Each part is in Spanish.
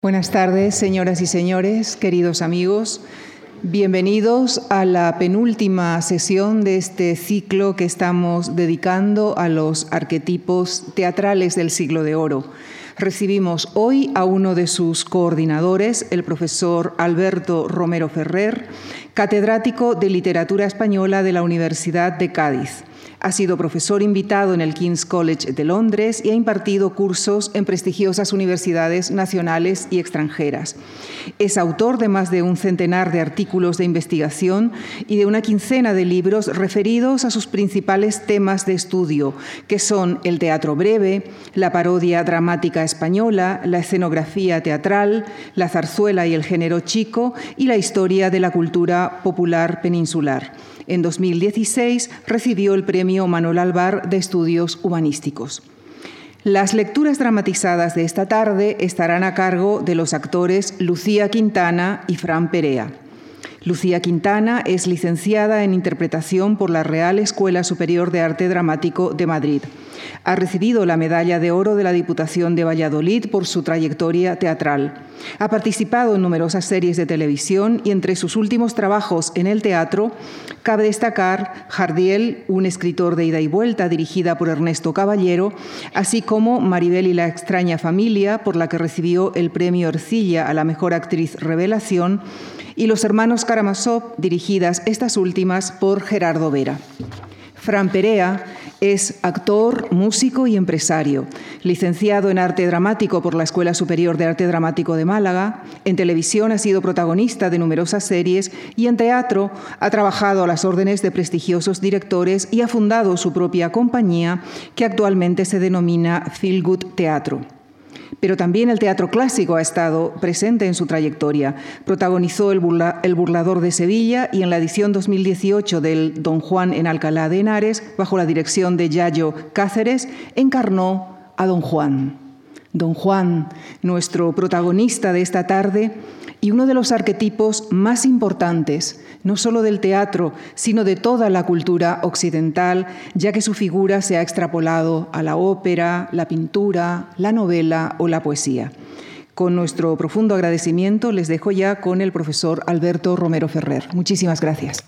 Buenas tardes, señoras y señores, queridos amigos. Bienvenidos a la penúltima sesión de este ciclo que estamos dedicando a los arquetipos teatrales del Siglo de Oro. Recibimos hoy a uno de sus coordinadores, el profesor Alberto Romero Ferrer, catedrático de Literatura Española de la Universidad de Cádiz. Ha sido profesor invitado en el King's College de Londres y ha impartido cursos en prestigiosas universidades nacionales y extranjeras. Es autor de más de un centenar de artículos de investigación y de una quincena de libros referidos a sus principales temas de estudio, que son el teatro breve, la parodia dramática española, la escenografía teatral, la zarzuela y el género chico y la historia de la cultura popular peninsular. En 2016 recibió el premio Manuel Albar de Estudios Humanísticos. Las lecturas dramatizadas de esta tarde estarán a cargo de los actores Lucía Quintana y Fran Perea. Lucía Quintana es licenciada en Interpretación por la Real Escuela Superior de Arte Dramático de Madrid. Ha recibido la Medalla de Oro de la Diputación de Valladolid por su trayectoria teatral. Ha participado en numerosas series de televisión y entre sus últimos trabajos en el teatro cabe destacar Jardiel, un escritor de ida y vuelta, dirigida por Ernesto Caballero, así como Maribel y la extraña familia, por la que recibió el premio Ercilla a la mejor actriz revelación, y Los hermanos Karamazov, dirigidas estas últimas por Gerardo Vera. Fran Perea es actor, músico y empresario. Licenciado en Arte Dramático por la Escuela Superior de Arte Dramático de Málaga, en televisión ha sido protagonista de numerosas series y en teatro ha trabajado a las órdenes de prestigiosos directores y ha fundado su propia compañía que actualmente se denomina Feel Good Teatro. Pero también el teatro clásico ha estado presente en su trayectoria. Protagonizó El burlador de Sevilla y en la edición 2018 del Don Juan en Alcalá de Henares, bajo la dirección de Yayo Cáceres, encarnó a Don Juan. Don Juan, nuestro protagonista de esta tarde y uno de los arquetipos más importantes, no solo del teatro, sino de toda la cultura occidental, ya que su figura se ha extrapolado a la ópera, la pintura, la novela o la poesía. Con nuestro profundo agradecimiento les dejo ya con el profesor Alberto Romero Ferrer. Muchísimas gracias.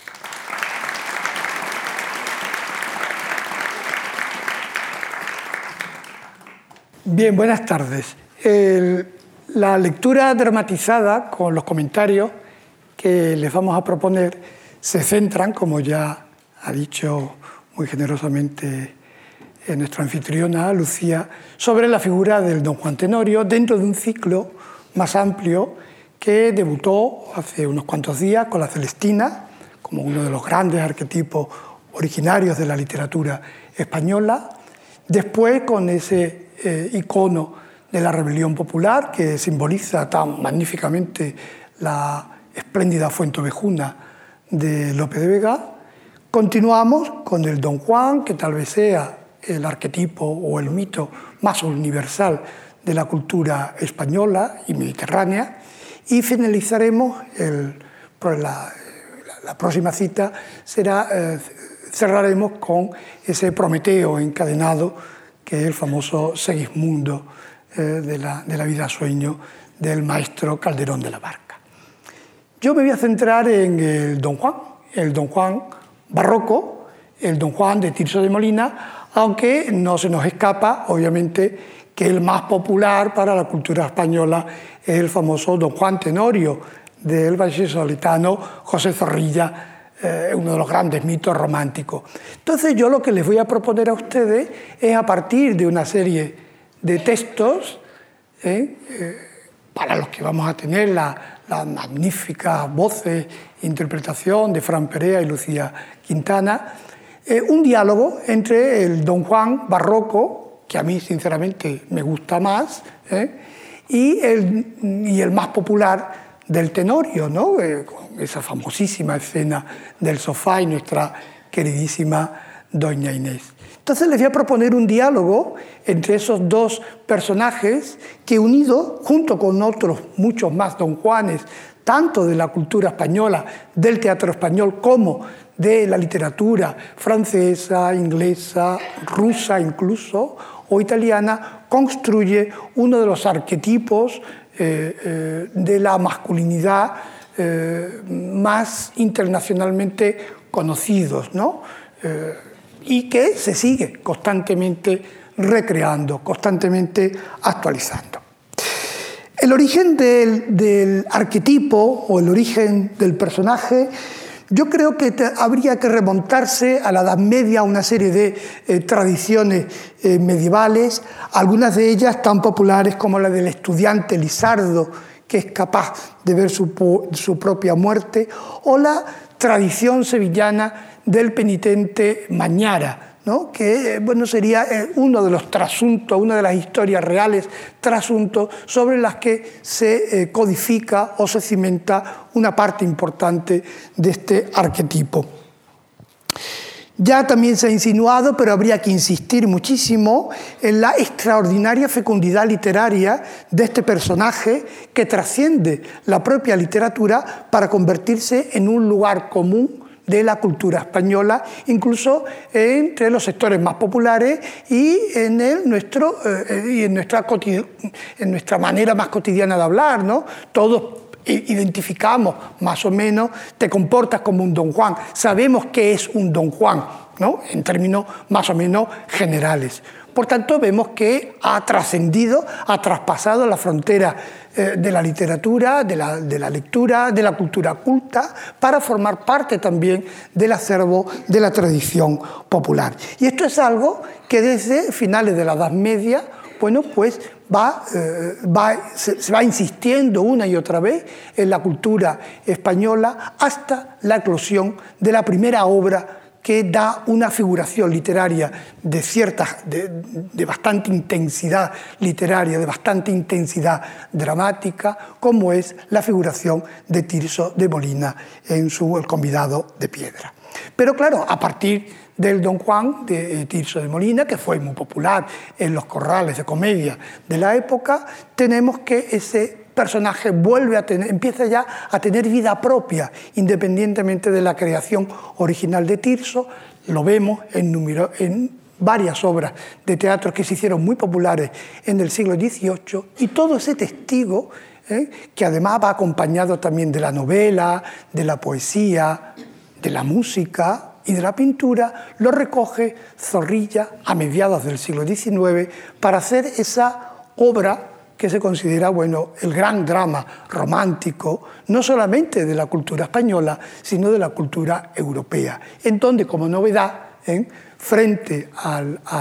Bien, buenas tardes. La lectura dramatizada con los comentarios que les vamos a proponer se centran, como ya ha dicho muy generosamente nuestra anfitriona Lucía, sobre la figura del Don Juan Tenorio dentro de un ciclo más amplio que debutó hace unos cuantos días con La Celestina, como uno de los grandes arquetipos originarios de la literatura española, después con ese icono de la rebelión popular que simboliza tan magníficamente la espléndida Fuentovejuna de Lope de Vega. Continuamos con el Don Juan, que tal vez sea el arquetipo o el mito más universal de la cultura española y mediterránea, y finalizaremos, la próxima cita cerraremos con ese Prometeo encadenado, que es el famoso Segismundo de la vida sueño del maestro Calderón de la Barca. Yo me voy a centrar en el Don Juan barroco, el Don Juan de Tirso de Molina, aunque no se nos escapa, obviamente, que el más popular para la cultura española es el famoso Don Juan Tenorio del vallisoletano José Zorrilla, uno de los grandes mitos románticos. Entonces yo lo que les voy a proponer a ustedes es, a partir de una serie de textos, para los que vamos a tener las magníficas voces e interpretación de Fran Perea y Lucía Quintana, un diálogo entre el Don Juan barroco, que a mí sinceramente me gusta más, y el más popular del Tenorio, ¿no? Con esa famosísima escena del sofá y nuestra queridísima doña Inés. Entonces les voy a proponer un diálogo entre esos dos personajes que, unidos junto con otros muchos más Don Juanes, tanto de la cultura española, del teatro español, como de la literatura francesa, inglesa, rusa incluso, o italiana, construye uno de los arquetipos de la masculinidad más internacionalmente conocidos, ¿no? Y que se sigue constantemente recreando, constantemente actualizando. El origen del arquetipo o el origen del personaje, yo creo que habría que remontarse a la Edad Media, a una serie de tradiciones medievales, algunas de ellas tan populares como la del estudiante Lisardo, que es capaz de ver su propia muerte, o la tradición sevillana del penitente Mañara, ¿no? Que bueno, sería uno de los trasuntos, una de las historias reales trasuntos sobre las que se codifica o se cimenta una parte importante de este arquetipo. Ya también se ha insinuado, pero habría que insistir muchísimo en la extraordinaria fecundidad literaria de este personaje que trasciende la propia literatura para convertirse en un lugar común de la cultura española, incluso entre los sectores más populares y en nuestra manera más cotidiana de hablar, ¿no? Todos identificamos más o menos, te comportas como un don Juan, sabemos qué es un don Juan, ¿no? En términos más o menos generales. Por tanto, vemos que ha trascendido, ha traspasado la frontera de la literatura, de la lectura, de la cultura culta, para formar parte también del acervo de la tradición popular. Y esto es algo que desde finales de la Edad Media, bueno, pues se va insistiendo una y otra vez en la cultura española hasta la eclosión de la primera obra que da una figuración literaria de bastante intensidad literaria, de bastante intensidad dramática, como es la figuración de Tirso de Molina en El convidado de piedra. Pero claro, a partir del Don Juan de Tirso de Molina, que fue muy popular en los corrales de comedia de la época, tenemos que ese personaje empieza ya a tener vida propia, independientemente de la creación original de Tirso. Lo vemos en varias obras de teatro que se hicieron muy populares en el siglo XVIII, y todo ese testigo, que además va acompañado también de la novela, de la poesía, de la música y de la pintura, lo recoge Zorrilla a mediados del siglo XIX para hacer esa obra que se considera, bueno, el gran drama romántico, no solamente de la cultura española, sino de la cultura europea, en donde, como novedad, frente a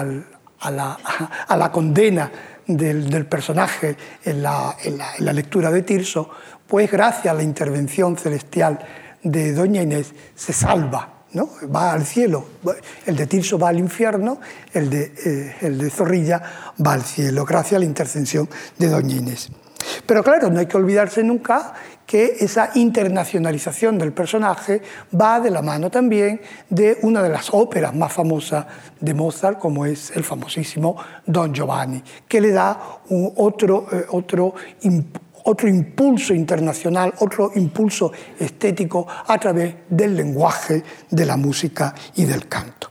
la condena del personaje en la lectura de Tirso, pues gracias a la intervención celestial de Doña Inés se salva, ¿no? Va al cielo. El de Tirso va al infierno, el de Zorrilla va al cielo, gracias a la intercesión de Doña Inés. Pero claro, no hay que olvidarse nunca que esa internacionalización del personaje va de la mano también de una de las óperas más famosas de Mozart, como es el famosísimo Don Giovanni, que le da otro impulso internacional, otro impulso estético a través del lenguaje, de la música y del canto.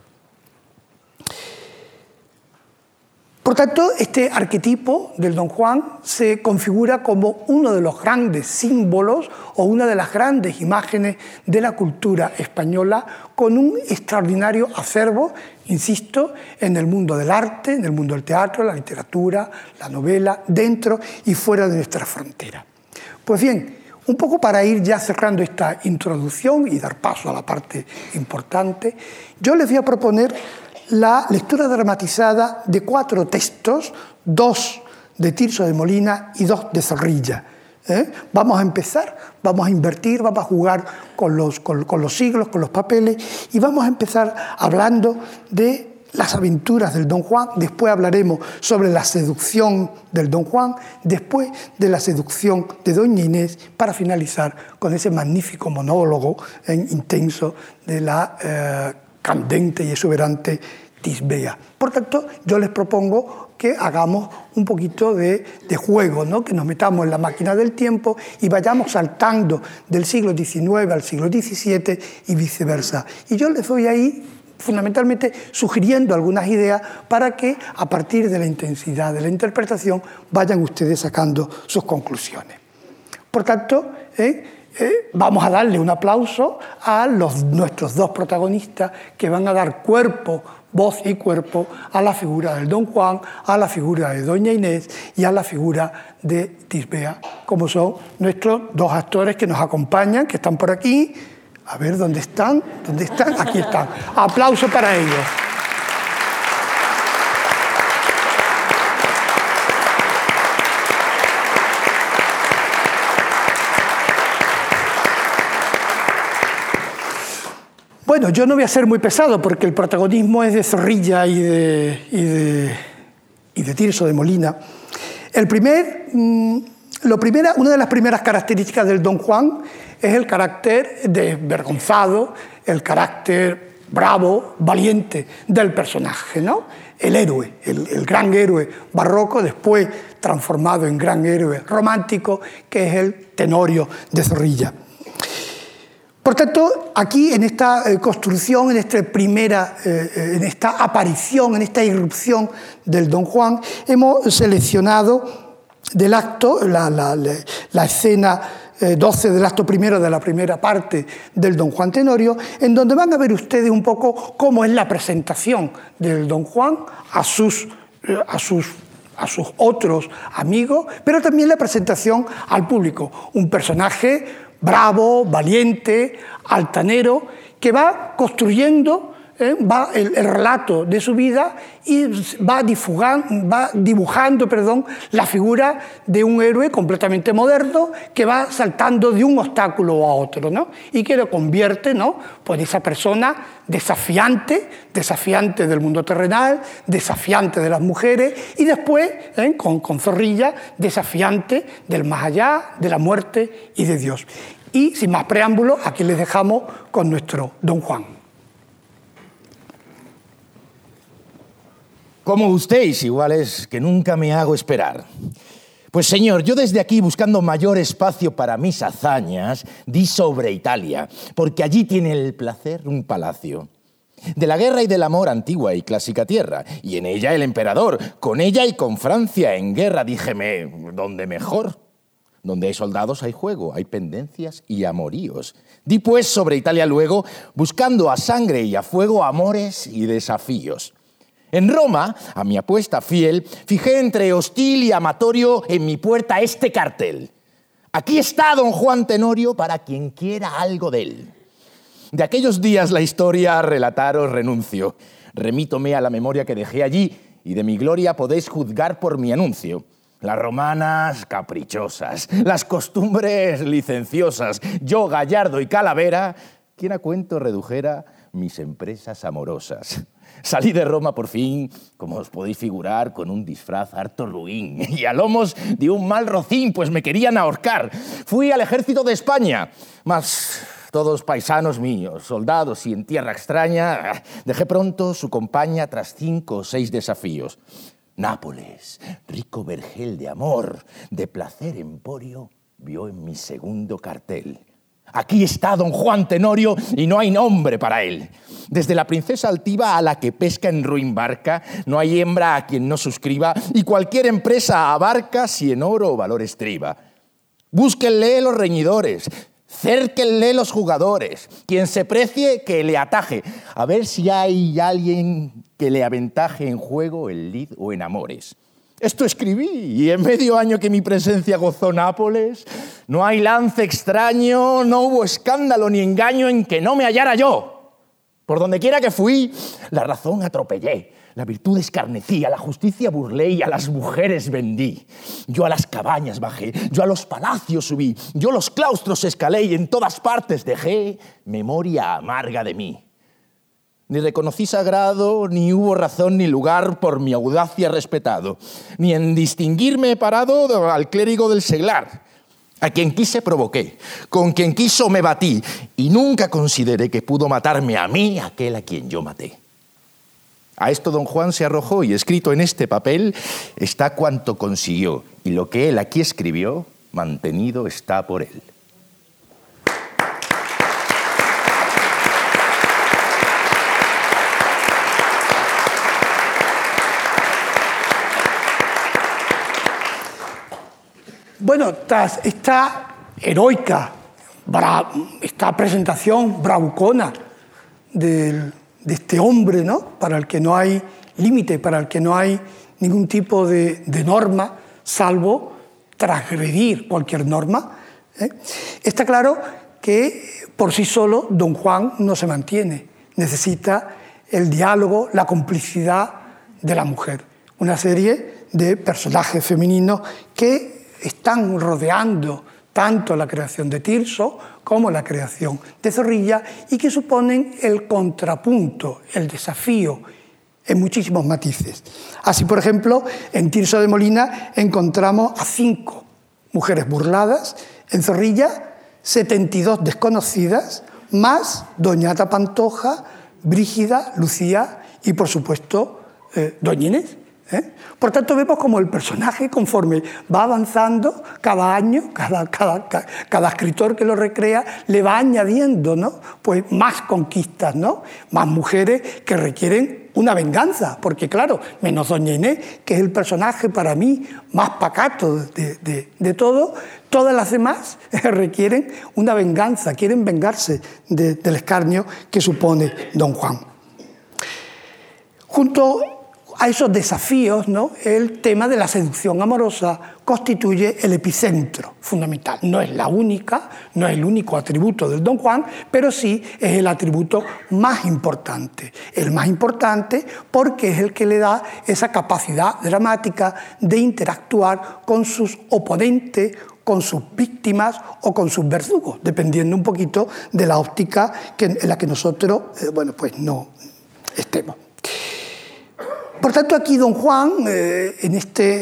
Por tanto, este arquetipo del Don Juan se configura como uno de los grandes símbolos o una de las grandes imágenes de la cultura española, con un extraordinario acervo, insisto, en el mundo del arte, en el mundo del teatro, la literatura, la novela, dentro y fuera de nuestra frontera. Pues bien, un poco para ir ya cerrando esta introducción y dar paso a la parte importante, yo les voy a proponer la lectura dramatizada de 4 textos, 2 de Tirso de Molina y 2 de Zorrilla. Vamos a empezar, vamos a invertir, vamos a jugar con los siglos, con los papeles, y vamos a empezar hablando de las aventuras del Don Juan, después hablaremos sobre la seducción del Don Juan, después de la seducción de Doña Inés, para finalizar con ese magnífico monólogo intenso de la candente y exuberante Tisbea. Por tanto, yo les propongo que hagamos un poquito de juego, ¿no? Que nos metamos en la máquina del tiempo y vayamos saltando del siglo XIX al siglo XVII y viceversa. Y yo les voy a ir fundamentalmente sugiriendo algunas ideas para que a partir de la intensidad de la interpretación vayan ustedes sacando sus conclusiones. Por tanto, vamos a darle un aplauso a nuestros dos protagonistas que van a dar cuerpo, voz y cuerpo a la figura del Don Juan, a la figura de Doña Inés y a la figura de Tisbea, como son nuestros dos actores que nos acompañan, que están por aquí. A ver, ¿dónde están? ¿Dónde están? Aquí están. Aplauso para ellos. Bueno, yo no voy a ser muy pesado porque el protagonismo es de Zorrilla y de Tirso de Molina. Una de las primeras características del Don Juan es el carácter desvergonzado, el carácter bravo, valiente del personaje, ¿no? El héroe, el gran héroe barroco, después transformado en gran héroe romántico, que es el Tenorio de Zorrilla. Por tanto, aquí en esta construcción, en esta aparición, en esta irrupción del Don Juan, hemos seleccionado del acto, la escena 12 del acto primero de la primera parte del Don Juan Tenorio, en donde van a ver ustedes un poco cómo es la presentación del Don Juan a sus otros amigos, pero también la presentación al público. Un personaje bravo, valiente, altanero, que va construyendo el relato de su vida y va dibujando la figura de un héroe completamente moderno que va saltando de un obstáculo a otro, ¿no? Y que lo convierte, ¿no?, pues en esa persona desafiante del mundo terrenal, desafiante de las mujeres y después, con Zorrilla, desafiante del más allá, de la muerte y de Dios. Y sin más preámbulos, aquí les dejamos con nuestro Don Juan. Como gustéis, igual es que nunca me hago esperar. Pues señor, yo desde aquí, buscando mayor espacio para mis hazañas, di sobre Italia, porque allí tiene el placer un palacio. De la guerra y del amor, antigua y clásica tierra, y en ella el emperador, con ella y con Francia en guerra, díjeme, ¿dónde mejor? Donde hay soldados hay juego, hay pendencias y amoríos. Di pues sobre Italia luego, buscando a sangre y a fuego amores y desafíos. En Roma, a mi apuesta fiel, fijé entre hostil y amatorio en mi puerta este cartel. Aquí está Don Juan Tenorio para quien quiera algo de él. De aquellos días la historia a relataros renuncio. Remítome a la memoria que dejé allí y de mi gloria podéis juzgar por mi anuncio. Las romanas caprichosas, las costumbres licenciosas, yo gallardo y calavera, quien a cuento redujera mis empresas amorosas. Salí de Roma por fin, como os podéis figurar, con un disfraz harto ruin y a lomos de un mal rocín, pues me querían ahorcar. Fui al ejército de España, mas todos paisanos míos, soldados y en tierra extraña, dejé pronto su compañía tras 5 o 6 desafíos. Nápoles, rico vergel de amor, de placer emporio, vio en mi segundo cartel. Aquí está Don Juan Tenorio y no hay nombre para él. Desde la princesa altiva a la que pesca en ruin barca, no hay hembra a quien no suscriba y cualquier empresa abarca si en oro o valor estriba. Búsquenle los reñidores, cérquenle los jugadores, quien se precie que le ataje, a ver si hay alguien que le aventaje en juego, en lid o en amores. Esto escribí, y en medio año que mi presencia gozó Nápoles, no hay lance extraño, no hubo escándalo ni engaño en que no me hallara yo. Por donde quiera que fui, la razón atropellé, la virtud escarnecí, a la justicia burlé y a las mujeres vendí. Yo a las cabañas bajé, yo a los palacios subí, yo los claustros escalé y en todas partes dejé memoria amarga de mí. Ni reconocí sagrado, ni hubo razón ni lugar por mi audacia respetado, ni en distinguirme he parado al clérigo del seglar. A quien quise provoqué, con quien quiso me batí, y nunca consideré que pudo matarme a mí aquel a quien yo maté. A esto Don Juan se arrojó y escrito en este papel está cuanto consiguió, y lo que él aquí escribió, mantenido está por él. Bueno, tras esta heroica, esta presentación bravucona de este hombre, ¿no?, para el que no hay límite, para el que no hay ningún tipo de norma, salvo transgredir cualquier norma, está claro que por sí solo Don Juan no se mantiene. Necesita el diálogo, la complicidad de la mujer. Una serie de personajes femeninos que están rodeando tanto la creación de Tirso como la creación de Zorrilla y que suponen el contrapunto, el desafío en muchísimos matices. Así, por ejemplo, en Tirso de Molina encontramos a 5 mujeres burladas, en Zorrilla 72 desconocidas, más Doñata Pantoja, Brígida, Lucía y, por supuesto, Doña Inés. Por tanto, vemos como el personaje, conforme va avanzando, cada año, cada escritor que lo recrea, le va añadiendo, ¿no?, pues más conquistas, ¿no?, más mujeres que requieren una venganza, porque claro, menos Doña Inés, que es el personaje para mí más pacato de todo, todas las demás requieren una venganza, quieren vengarse del escarnio que supone Don Juan. Junto a esos desafíos, ¿no?, el tema de la seducción amorosa constituye el epicentro fundamental. No es la única, no es el único atributo del Don Juan, pero sí es el atributo más importante. El más importante porque es el que le da esa capacidad dramática de interactuar con sus oponentes, con sus víctimas o con sus verdugos, dependiendo un poquito de la óptica en la que nosotros pues no estemos. Por tanto, aquí Don Juan, en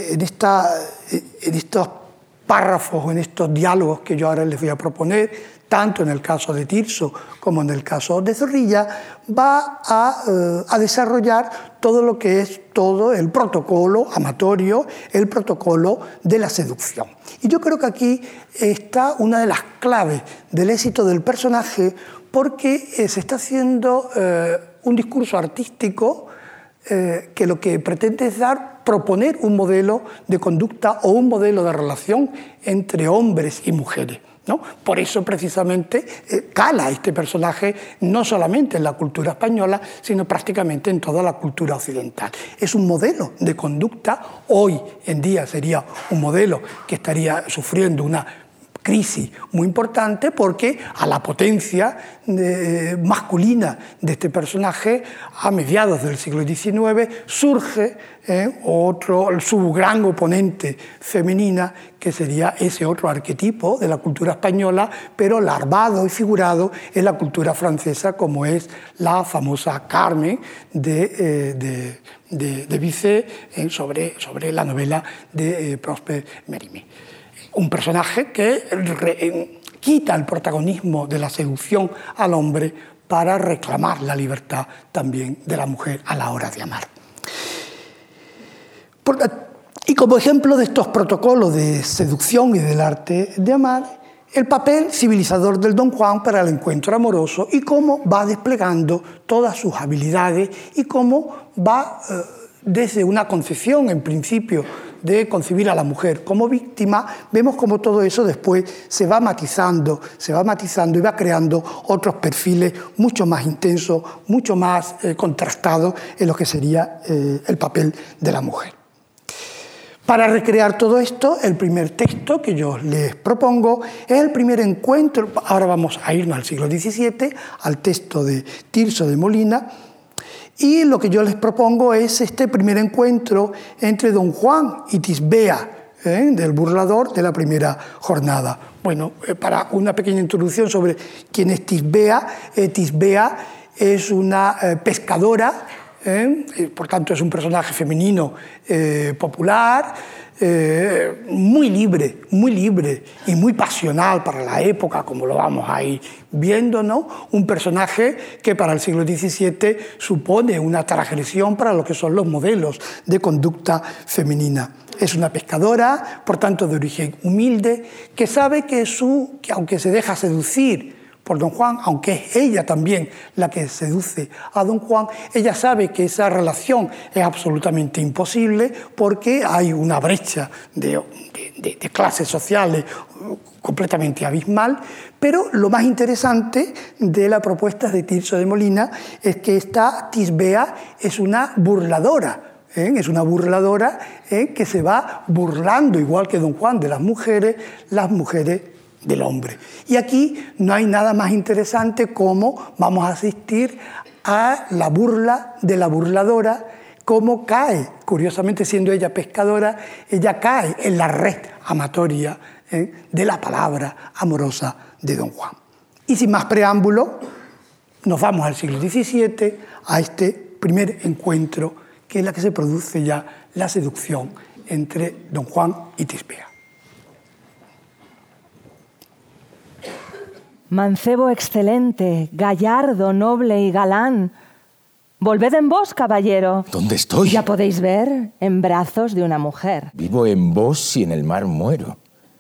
estos párrafos o en estos diálogos que yo ahora les voy a proponer, tanto en el caso de Tirso como en el caso de Zorrilla, va a desarrollar todo lo que es todo el protocolo amatorio, el protocolo de la seducción. Y yo creo que aquí está una de las claves del éxito del personaje, porque se está haciendo un discurso artístico que lo que pretende es proponer un modelo de conducta o un modelo de relación entre hombres y mujeres, ¿no? Por eso, precisamente, cala este personaje no solamente en la cultura española, sino prácticamente en toda la cultura occidental. Es un modelo de conducta, hoy en día sería un modelo que estaría sufriendo una crisis muy importante, porque a la potencia masculina de este personaje, a mediados del siglo XIX, surge su gran oponente femenina, que sería ese otro arquetipo de la cultura española, pero larvado y figurado en la cultura francesa, como es la famosa Carmen de Bizet, sobre la novela de Prosper Mérimée. Un personaje que quita el protagonismo de la seducción al hombre para reclamar la libertad también de la mujer a la hora de amar. Y como ejemplo de estos protocolos de seducción y del arte de amar, el papel civilizador del Don Juan para el encuentro amoroso y cómo va desplegando todas sus habilidades y cómo va desde una concepción, en principio, de concebir a la mujer como víctima, vemos cómo todo eso después se va matizando y va creando otros perfiles mucho más intensos, mucho más contrastados en lo que sería el papel de la mujer. Para recrear todo esto, el primer texto que yo les propongo es el primer encuentro. Ahora vamos a irnos al siglo XVII, al texto de Tirso de Molina, y lo que yo les propongo es este primer encuentro entre Don Juan y Tisbea, del burlador de la primera jornada. Bueno, para una pequeña introducción sobre quién es Tisbea, Tisbea es una pescadora, por tanto es un personaje femenino popular, muy libre y muy pasional para la época, como lo vamos a ir viendo, ¿no? Un personaje que para el siglo XVII supone una transgresión para lo que son los modelos de conducta femenina. Es una pescadora, por tanto de origen humilde, que sabe que aunque se deja seducir por don Juan, aunque es ella también la que seduce a don Juan, ella sabe que esa relación es absolutamente imposible porque hay una brecha de clases sociales completamente abismal, pero lo más interesante de la propuesta de Tirso de Molina es que esta Tisbea es una burladora, es una burladora que se va burlando, igual que don Juan, de las mujeres del hombre. Y aquí no hay nada más interesante como vamos a asistir a la burla de la burladora, cómo cae, curiosamente siendo ella pescadora, ella cae en la red amatoria de la palabra amorosa de don Juan. Y sin más preámbulo, nos vamos al siglo XVII, a este primer encuentro, que es la que se produce ya la seducción entre don Juan y Tisbea. Mancebo excelente, gallardo, noble y galán. Volved en vos, caballero. ¿Dónde estoy? Ya podéis ver, en brazos de una mujer. Vivo en vos y en el mar muero.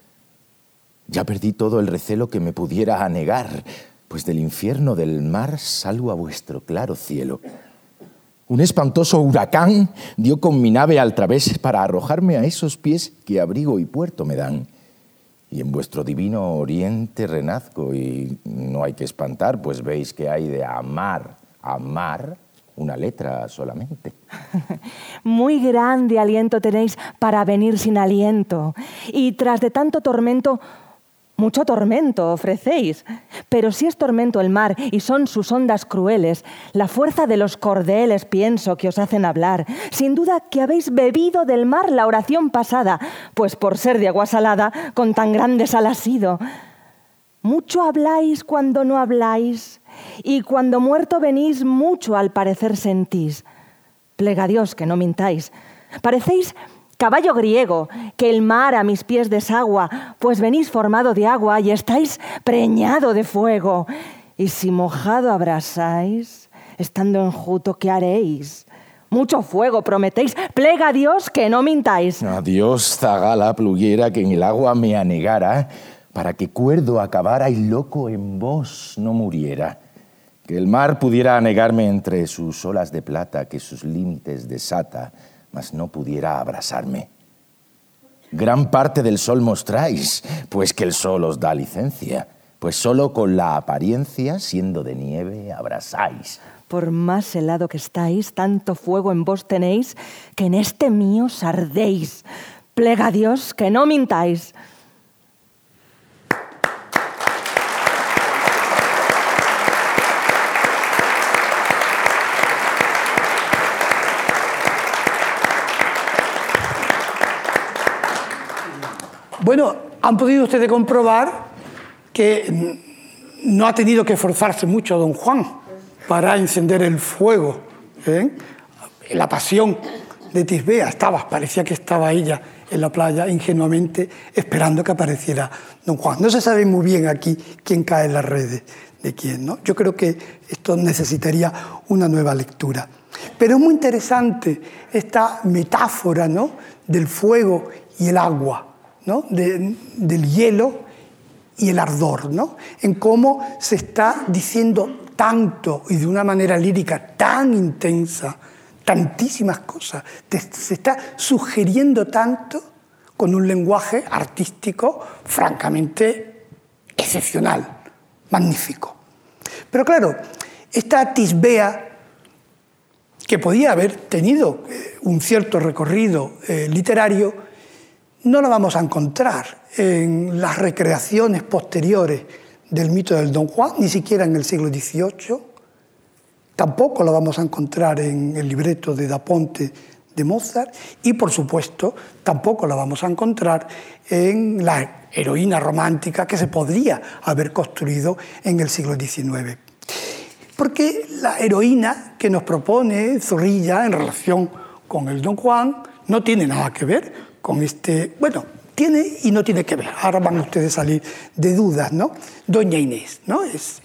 Ya perdí todo el recelo que me pudiera anegar, pues del infierno del mar salgo a vuestro claro cielo. Un espantoso huracán dio con mi nave al través para arrojarme a esos pies que abrigo y puerto me dan. Y en vuestro divino oriente renazco y no hay que espantar, pues veis que hay de amar, amar, una letra solamente. Muy grande aliento tenéis para venir sin aliento, y tras de tanto tormento, mucho tormento ofrecéis. Pero si es tormento el mar y son sus ondas crueles, la fuerza de los cordeles pienso que os hacen hablar. Sin duda que habéis bebido del mar la oración pasada, pues por ser de agua salada, con tan grande sal ha sido. Mucho habláis cuando no habláis, y cuando muerto venís, mucho al parecer sentís. Plega a Dios que no mintáis. Parecéis caballo griego, que el mar a mis pies desagua, pues venís formado de agua y estáis preñado de fuego. Y si mojado abrasáis, estando enjuto, ¿qué haréis? Mucho fuego prometéis, plega a Dios que no mintáis. A Dios zagala pluguiera que en el agua me anegara, para que cuerdo acabara y loco en vos no muriera. Que el mar pudiera anegarme entre sus olas de plata, que sus límites desata, mas no pudiera abrasarme. Gran parte del sol mostráis, pues que el sol os da licencia, pues solo con la apariencia, siendo de nieve, abrasáis. Por más helado que estáis, tanto fuego en vos tenéis, que en este mío os ardéis. Plega a Dios que no mintáis. Bueno, han podido ustedes comprobar que no ha tenido que esforzarse mucho don Juan para encender el fuego. La pasión de Tisbea parecía que estaba ella en la playa ingenuamente esperando que apareciera don Juan. No se sabe muy bien aquí quién cae en las redes de quién, ¿no? Yo creo que esto necesitaría una nueva lectura. Pero es muy interesante esta metáfora, ¿no?, del fuego y el agua, ¿no?, del hielo y el ardor, ¿no?, en cómo se está diciendo tanto y de una manera lírica tan intensa, tantísimas cosas, se está sugiriendo tanto con un lenguaje artístico francamente excepcional, magnífico. Pero claro, esta Tisbea, que podía haber tenido un cierto recorrido literario, no la vamos a encontrar en las recreaciones posteriores del mito del Don Juan, ni siquiera en el siglo XVIII. Tampoco la vamos a encontrar en el libreto de Da Ponte de Mozart y, por supuesto, tampoco la vamos a encontrar en la heroína romántica que se podría haber construido en el siglo XIX. Porque la heroína que nos propone Zorrilla en relación con el Don Juan no tiene nada que ver con este... Bueno, tiene y no tiene que ver. Ahora van ustedes a salir de dudas, ¿no? Doña Inés, ¿no? Es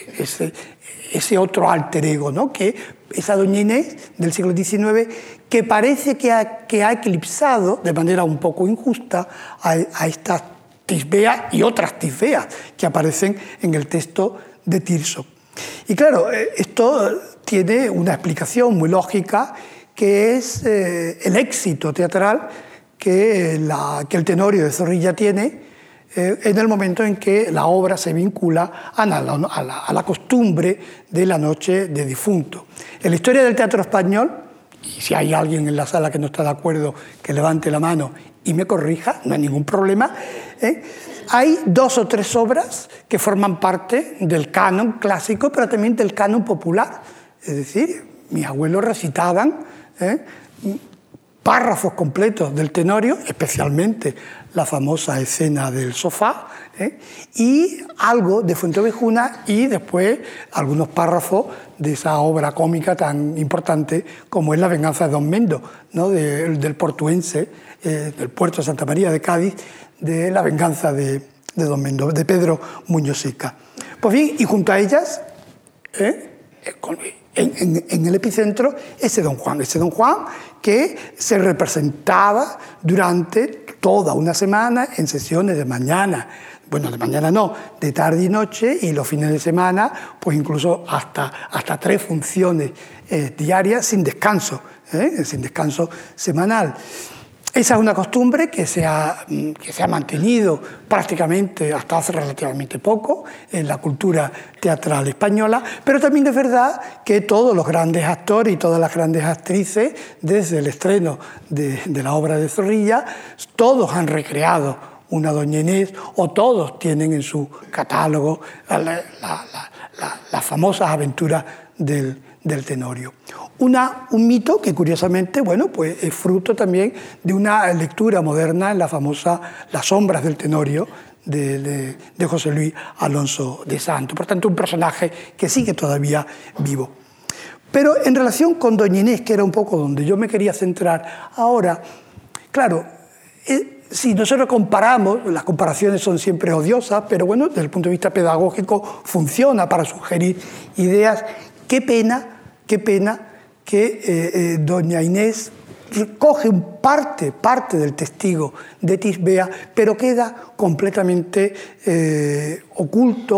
ese otro alter ego, ¿no?, que esa Doña Inés del siglo XIX que parece que ha eclipsado de manera un poco injusta a esta Tisbea y otras Tisbeas que aparecen en el texto de Tirso. Y claro, esto tiene una explicación muy lógica, que es el éxito teatral que el Tenorio de Zorrilla tiene en el momento en que la obra se vincula a la costumbre de la noche de difunto. En la historia del teatro español, y si hay alguien en la sala que no está de acuerdo, que levante la mano y me corrija, no hay ningún problema, hay 2 o 3 obras que forman parte del canon clásico, pero también del canon popular. Es decir, mis abuelos recitaban párrafos completos del Tenorio, especialmente la famosa escena del sofá, y algo de Fuenteovejuna, y después algunos párrafos de esa obra cómica tan importante como es La venganza de Don Mendo, ¿no? del portuense, del puerto de Santa María de Cádiz, de La venganza de Don Mendo, de Pedro Muñoz Seca. Pues bien, y junto a ellas, en el epicentro, ese Don Juan que se representaba durante toda una semana en sesiones de mañana, bueno, de mañana no, de tarde y noche, y los fines de semana, pues incluso hasta 3 funciones diarias sin descanso semanal. Esa es una costumbre que se ha mantenido prácticamente hasta hace relativamente poco en la cultura teatral española, pero también es verdad que todos los grandes actores y todas las grandes actrices, desde el estreno de la obra de Zorrilla, todos han recreado una Doña Inés, o todos tienen en su catálogo las famosas aventuras del Tenorio. Un mito que, curiosamente, bueno, pues es fruto también de una lectura moderna en la famosa Las sombras del Tenorio de José Luis Alonso de Santos. Por tanto, un personaje que sigue todavía vivo. Pero en relación con Doña Inés, que era un poco donde yo me quería centrar ahora, claro, si nosotros comparamos, las comparaciones son siempre odiosas, pero bueno, desde el punto de vista pedagógico funciona para sugerir ideas. Qué pena que Doña Inés coge parte del testigo de Tisbea, pero queda completamente oculto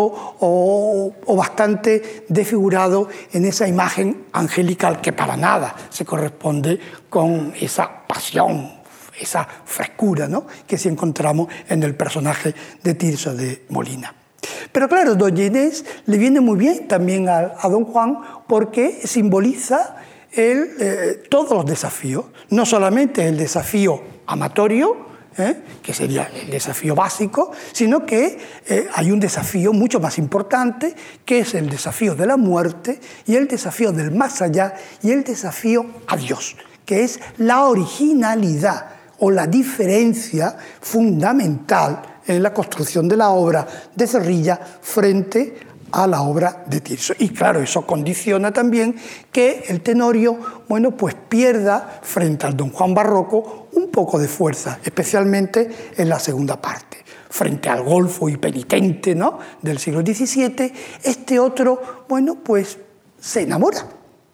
o bastante desfigurado en esa imagen angelical que para nada se corresponde con esa pasión, esa frescura, ¿no?, que sí encontramos en el personaje de Tirso de Molina. Pero claro, Doña Inés le viene muy bien también a Don Juan, porque simboliza todos los desafíos, no solamente el desafío amatorio, que sería el desafío básico, sino que hay un desafío mucho más importante, que es el desafío de la muerte y el desafío del más allá y el desafío a Dios, que es la originalidad o la diferencia fundamental en la construcción de la obra de Zorrilla frente a la obra de Tirso. Y claro, eso condiciona también que el Tenorio, bueno, pues pierda frente al Don Juan barroco un poco de fuerza, especialmente en la segunda parte. Frente al golfo y penitente, ¿no?, del siglo XVII, este otro, bueno, pues se enamora,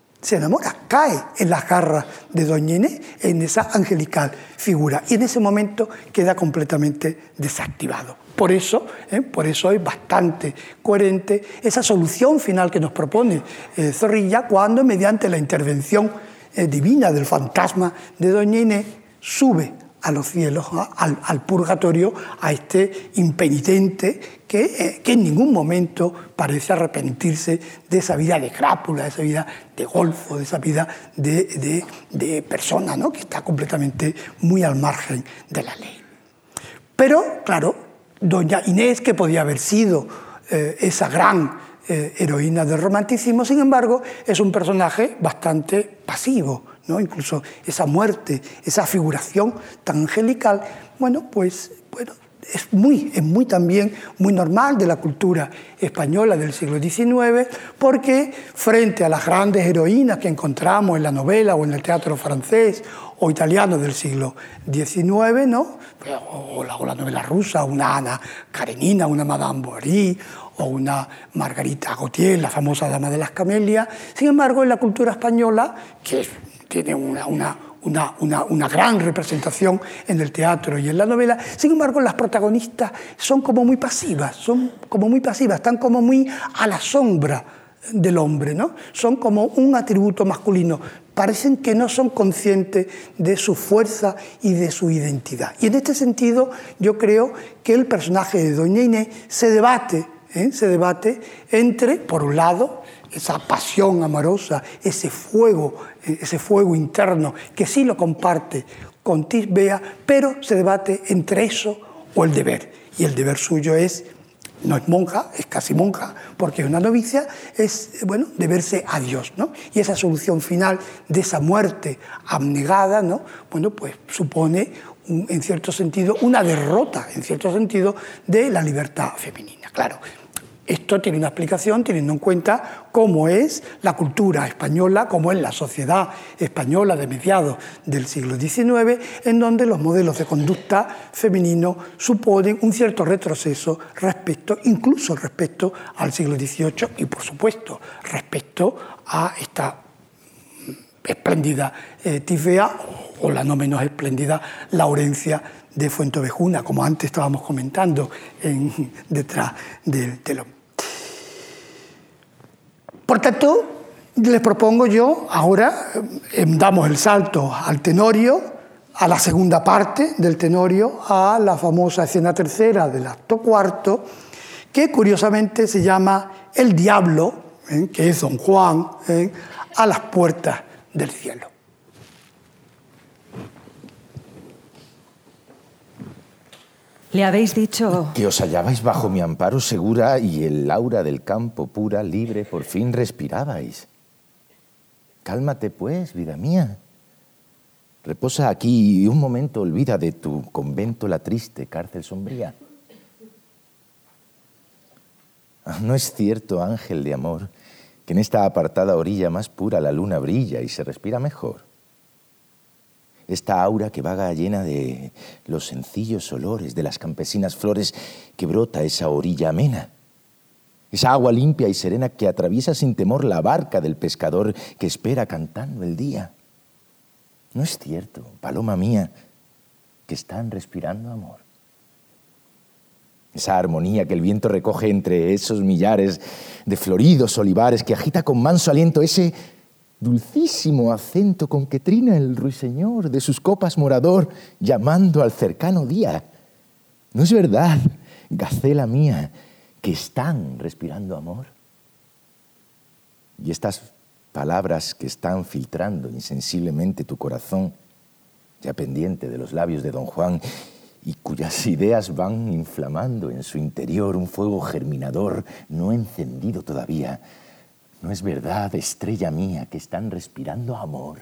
cae en las garras de Doña Inés, en esa angelical figura, y en ese momento queda completamente desactivado. Por eso es bastante coherente esa solución final que nos propone Zorrilla, cuando, mediante la intervención divina del fantasma de Doña Inés, sube a los cielos, al purgatorio, a este impenitente que en ningún momento parece arrepentirse de esa vida de crápula, de esa vida de golfo, de esa vida de persona, ¿no?, que está completamente muy al margen de la ley. Pero, claro, Doña Inés, que podía haber sido esa gran heroína del romanticismo, sin embargo, es un personaje bastante pasivo, ¿no? Incluso esa muerte, esa figuración tan angelical, es muy también muy normal de la cultura española del siglo XIX, porque frente a las grandes heroínas que encontramos en la novela o en el teatro francés o italiano del siglo XIX, ¿no?, o la novela rusa, una Ana Karenina, una Madame Bovary o una Margarita Gautier, la famosa Dama de las Camelias, sin embargo, en la cultura española, que tiene una gran representación en el teatro y en la novela. Sin embargo, las protagonistas son como muy pasivas, están como muy a la sombra del hombre, ¿no? Son como un atributo masculino. Parecen que no son conscientes de su fuerza y de su identidad. Y en este sentido, yo creo que el personaje de Doña Inés se debate entre, por un lado, esa pasión amorosa, ese fuego interno, que sí lo comparte con Tisbea, pero se debate entre eso o el deber. Y el deber suyo no es monja, es casi monja, porque es una novicia, es, deberse a Dios, ¿no? Y esa solución final de esa muerte abnegada, ¿no? Pues supone, en cierto sentido, una derrota, en cierto sentido, de la libertad femenina. Claro, esto tiene una explicación teniendo en cuenta cómo es la cultura española, cómo es la sociedad española de mediados del siglo XIX, en donde los modelos de conducta femenino suponen un cierto retroceso incluso respecto al siglo XVIII y, por supuesto, respecto a esta espléndida Tisbea o la no menos espléndida Laurencia de Fuenteovejuna, como antes estábamos comentando detrás del telón. Por tanto, les propongo yo, ahora damos el salto al Tenorio, a la segunda parte del Tenorio, a la famosa escena tercera del acto cuarto, que curiosamente se llama El Diablo, que es Don Juan, a las puertas del cielo. Le habéis dicho... Que os hallabais bajo mi amparo segura y el aura del campo pura, libre, por fin respirabais. Cálmate, pues, vida mía. Reposa aquí y un momento olvida de tu convento la triste cárcel sombría. ¿No es cierto, ángel de amor, que en esta apartada orilla más pura la luna brilla y se respira mejor? Esta aura que vaga llena de los sencillos olores de las campesinas flores que brota esa orilla amena. Esa agua limpia y serena que atraviesa sin temor la barca del pescador que espera cantando el día. ¿No es cierto, paloma mía, que están respirando amor? Esa armonía que el viento recoge entre esos millares de floridos olivares que agita con manso aliento ese dulcísimo acento con que trina el ruiseñor de sus copas morador, llamando al cercano día. ¿No es verdad, gacela mía, que están respirando amor? Y estas palabras que están filtrando insensiblemente tu corazón, ya pendiente de los labios de Don Juan, y cuyas ideas van inflamando en su interior un fuego germinador no encendido todavía, ¿no es verdad, estrella mía, que están respirando amor?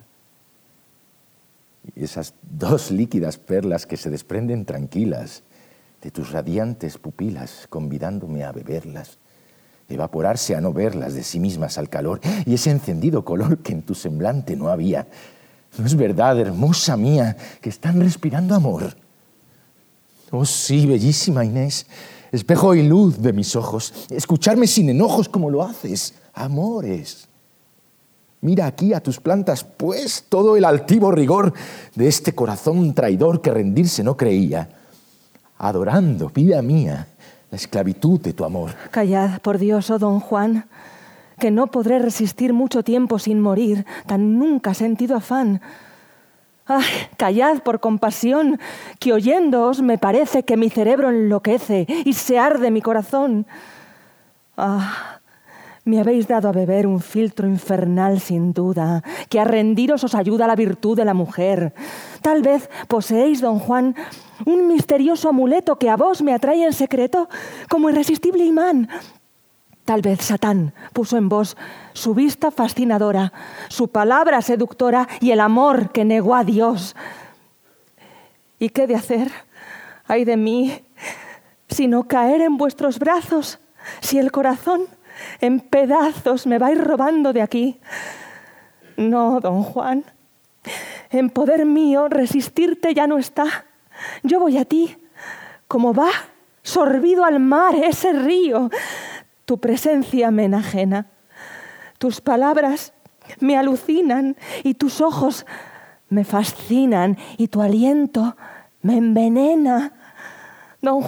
Y esas dos líquidas perlas que se desprenden tranquilas de tus radiantes pupilas, convidándome a beberlas, evaporarse a no verlas de sí mismas al calor, y ese encendido color que en tu semblante no había. ¿No es verdad, hermosa mía, que están respirando amor? Oh sí, bellísima Inés, espejo y luz de mis ojos, escucharme sin enojos como lo haces, amores. Mira aquí a tus plantas, pues, todo el altivo rigor de este corazón traidor que rendirse no creía, adorando, vida mía, la esclavitud de tu amor. Callad, por Dios, oh Don Juan, que no podré resistir mucho tiempo sin morir, tan nunca sentido afán. ¡Ay, callad por compasión, que oyéndoos me parece que mi cerebro enloquece y se arde mi corazón! ¡Ah! Me habéis dado a beber un filtro infernal sin duda, que a rendiros os ayuda la virtud de la mujer. Tal vez poseéis, don Juan, un misterioso amuleto que a vos me atrae en secreto como irresistible imán. Tal vez Satán puso en vos su vista fascinadora, su palabra seductora y el amor que negó a Dios. ¿Y qué he de hacer? ¡Ay de mí! Sino caer en vuestros brazos, si el corazón en pedazos me vais robando de aquí. No, don Juan, en poder mío resistirte ya no está. Yo voy a ti, como va sorbido al mar ese río. Tu presencia me enajena, tus palabras me alucinan y tus ojos me fascinan y tu aliento me envenena. Don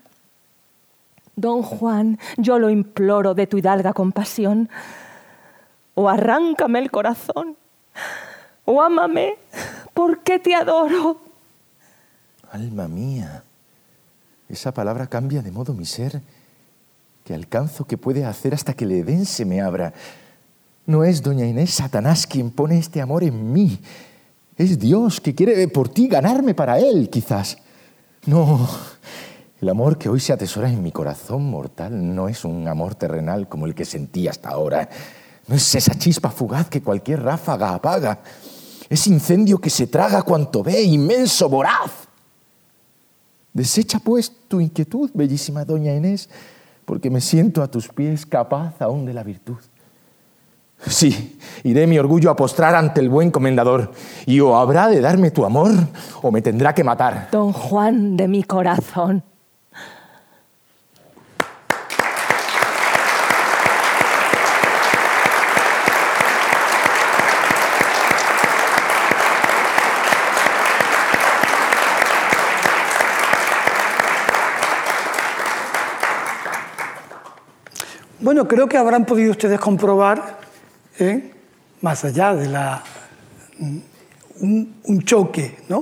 Juan, yo lo imploro de tu hidalga compasión. O arráncame el corazón, o ámame, porque te adoro. Alma mía, esa palabra cambia de modo mi ser, que alcanzo que puede hacer hasta que el Edén se me abra. No es doña Inés Satanás quien pone este amor en mí. Es Dios que quiere por ti ganarme para él, quizás. No, el amor que hoy se atesora en mi corazón mortal no es un amor terrenal como el que sentí hasta ahora. No es esa chispa fugaz que cualquier ráfaga apaga. Es incendio que se traga cuanto ve, inmenso, voraz. Desecha, pues, tu inquietud, bellísima doña Inés, porque me siento a tus pies capaz aún de la virtud. Sí, iré mi orgullo a postrar ante el buen comendador, y o habrá de darme tu amor, o me tendrá que matar. Don Juan de mi corazón. Bueno, creo que habrán podido ustedes comprobar, más allá de un choque, ¿no?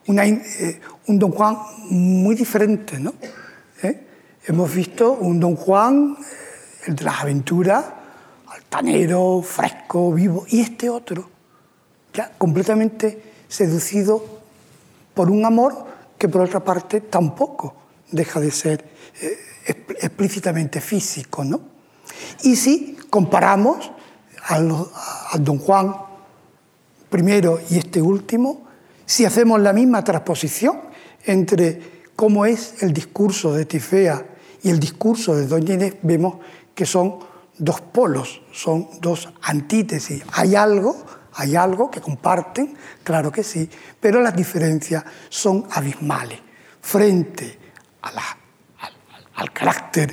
Un Don Juan muy diferente, ¿no? Hemos visto un Don Juan, el de las aventuras, altanero, fresco, vivo, y este otro, ya completamente seducido por un amor que por otra parte tampoco deja de ser explícitamente físico, ¿no? Y si comparamos al Don Juan primero y este último, si hacemos la misma transposición entre cómo es el discurso de Tifea y el discurso de doña Inés, vemos que son dos polos, son dos antítesis. Hay algo que comparten, claro que sí, pero las diferencias son abismales. Frente al carácter,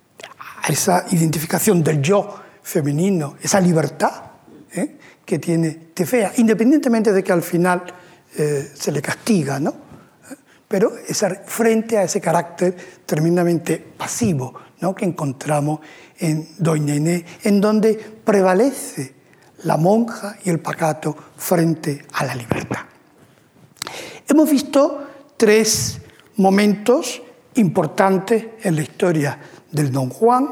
a esa identificación del yo femenino, esa libertad que tiene Tifea, independientemente de que al final se le castiga, ¿no? Pero frente a ese carácter tremendamente pasivo, ¿no? Que encontramos en doña Inés, en donde prevalece la monja y el pacato frente a la libertad. Hemos visto tres momentos importantes en la historia del Don Juan.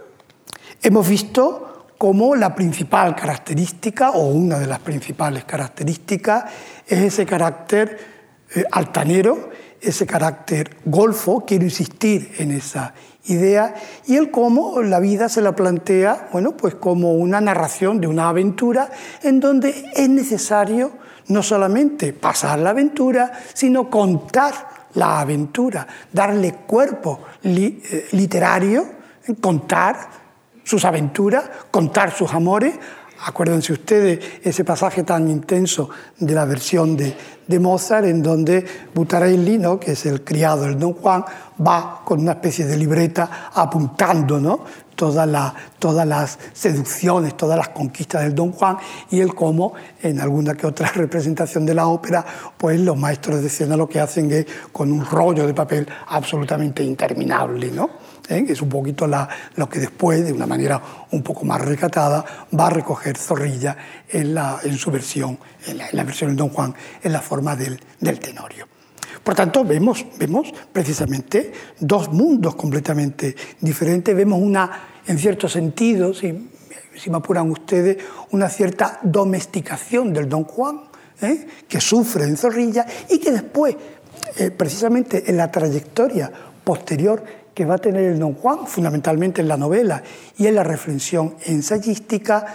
Hemos visto cómo la principal característica, o una de las principales características, es ese carácter altanero, ese carácter golfo, quiero insistir en esa idea, y el cómo la vida se la plantea, bueno, pues como una narración de una aventura en donde es necesario no solamente pasar la aventura, sino contar la aventura, darle cuerpo literario, contar sus aventuras, contar sus amores. Acuérdense ustedes ese pasaje tan intenso de la versión de Mozart, en donde Butarelli, ¿no?, que es el criado del Don Juan, va con una especie de libreta apuntando, ¿no?, todas las seducciones, todas las conquistas del Don Juan, y el cómo en alguna que otra representación de la ópera, pues los maestros de escena lo que hacen es con un rollo de papel absolutamente interminable, ¿no? Es un poquito lo que después, de una manera un poco más recatada, va a recoger Zorrilla en su versión, en la versión del Don Juan, en la forma del Tenorio. Por tanto, vemos precisamente dos mundos completamente diferentes. Vemos en cierto sentido, si me apuran ustedes, una cierta domesticación del Don Juan, que sufre en Zorrilla y que después, precisamente en la trayectoria posterior que va a tener el Don Juan, fundamentalmente en la novela y en la reflexión ensayística,